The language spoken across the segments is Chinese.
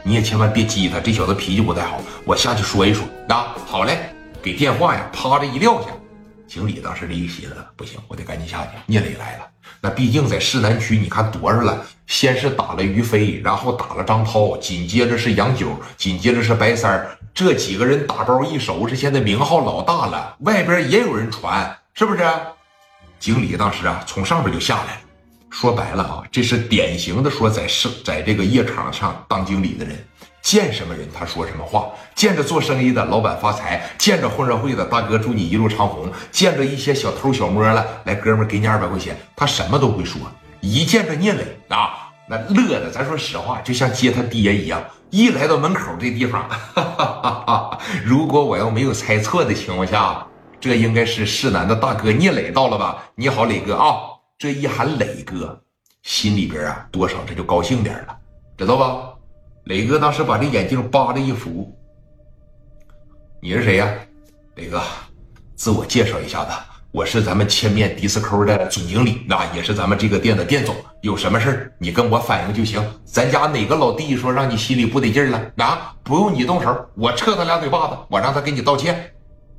你也千万别激他，这小子脾气不太好，我下去说一说。啊，好嘞，给电话呀，啪的一撂下。经理当时这一寻思，不行，我得赶紧下去。聂磊来了，那毕竟在市南区，你看多少了？先是打了于飞，然后打了张涛，紧接着是杨九，紧接着是白三儿，这几个人打包一收拾，现在名号老大了，外边也有人传，是不是？经理当时啊，从上边就下来了。说白了啊，这是典型的说在这个夜场上当经理的人，见什么人他说什么话，见着做生意的老板发财，见着混社会的大哥祝你一路长虹，见着一些小偷小摸了，来哥们给你200块钱，他什么都会说。一见着聂磊啊，那乐的咱说实话就像接他爹一样，一来到门口这地方，如果我要没有猜错的情况下，这应该是市南的大哥聂磊到了吧？你好磊哥啊，这一喊磊哥，心里边啊多少这就高兴点了，知道吧？磊哥当时把这眼镜扒着一扶，你是谁呀？磊哥，自我介绍一下子，我是咱们千面迪斯科的总经理，那也是咱们这个店的店总，有什么事你跟我反映就行。咱家哪个老弟说让你心里不得劲了啊？不用你动手，我撤他2嘴巴子，我让他给你道歉。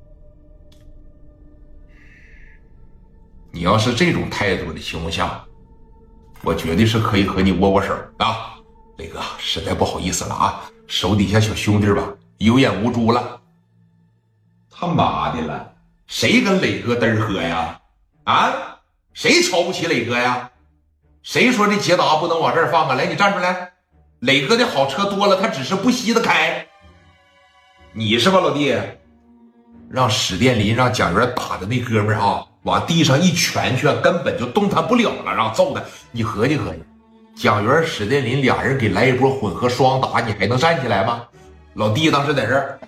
你要是这种态度的情况下，我绝对是可以和你握握手啊。磊哥，实在不好意思了啊，手底下小兄弟吧有眼无珠了。他妈的了，谁跟磊哥嘚儿喝呀？啊，谁瞧不起磊哥呀？谁说这捷达不能往这儿放啊？来，你站出来。磊哥的好车多了，他只是不惜的开。你是吧，老弟？让史殿林让蒋元打的那哥们儿啊，往地上一拳，根本就动弹不了了，让揍的。你合计合计，蒋元、史殿林俩人给来一波混合双打，你还能站起来吗？老弟当时在这儿，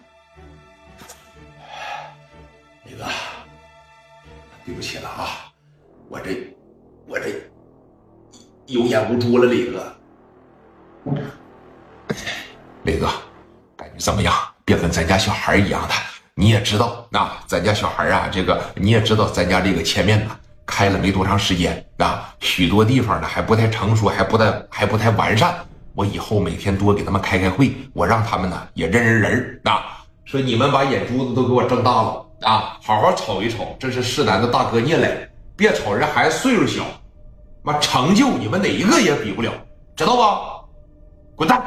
磊哥，对不起了啊，我这有眼无珠了，磊哥。磊哥，感觉怎么样？别跟咱家小孩一样的。你也知道啊，咱家小孩啊，这个你也知道，咱家这个前面呢开了没多长时间啊，许多地方呢还不太成熟，还不太完善。我以后每天多给他们开会，我让他们呢也认人啊。说你们把眼珠子都给我睁大了啊，好好瞅一瞅，这是市南的大哥聂磊，别瞅人孩子岁数小，妈成就你们哪一个也比不了，知道吧？滚蛋！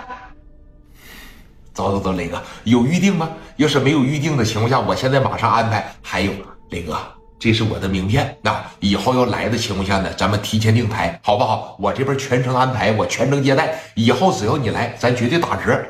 走，磊哥，有预定吗？要是没有预定的情况下，我现在马上安排。还有，磊哥，这是我的名片，那以后要来的情况下呢，咱们提前订台，好不好？我这边全程安排，我全程接待，以后只要你来，咱绝对打折。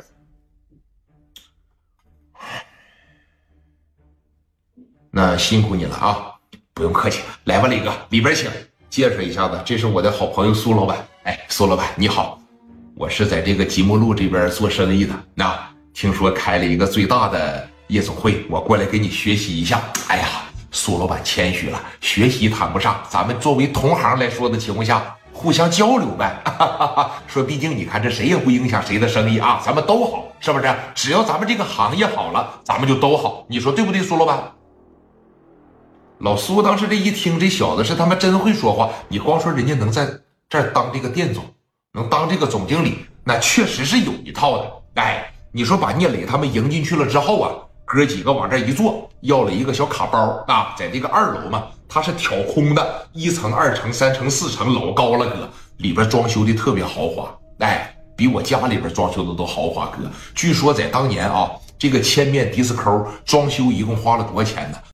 那辛苦你了啊，不用客气，来吧，磊哥，里边请。介绍一下子，这是我的好朋友苏老板。哎，苏老板你好，我是在这个即墨路这边做生意的，那听说开了一个最大的夜总会，我过来给你学习一下。哎呀，苏老板谦虚了，学习谈不上，咱们作为同行来说的情况下，互相交流呗。说毕竟你看这谁也不影响谁的生意啊，咱们都好，是不是？只要咱们这个行业好了，咱们就都好，你说对不对，苏老板？老苏当时这一听，这小子是他妈真会说话。你光说人家能在这儿当这个店总，能当这个总经理，那确实是有一套的。哎，你说把聂磊他们迎进去了之后啊，哥几个往这一坐，要了一个小卡包啊，在这个2楼嘛，它是挑空的，1层、2层、3层、4层，老高了哥，里边装修的特别豪华，哎，比我家里边装修的都豪华哥。据说在当年啊，这个千面迪斯科装修一共花了多少钱呢？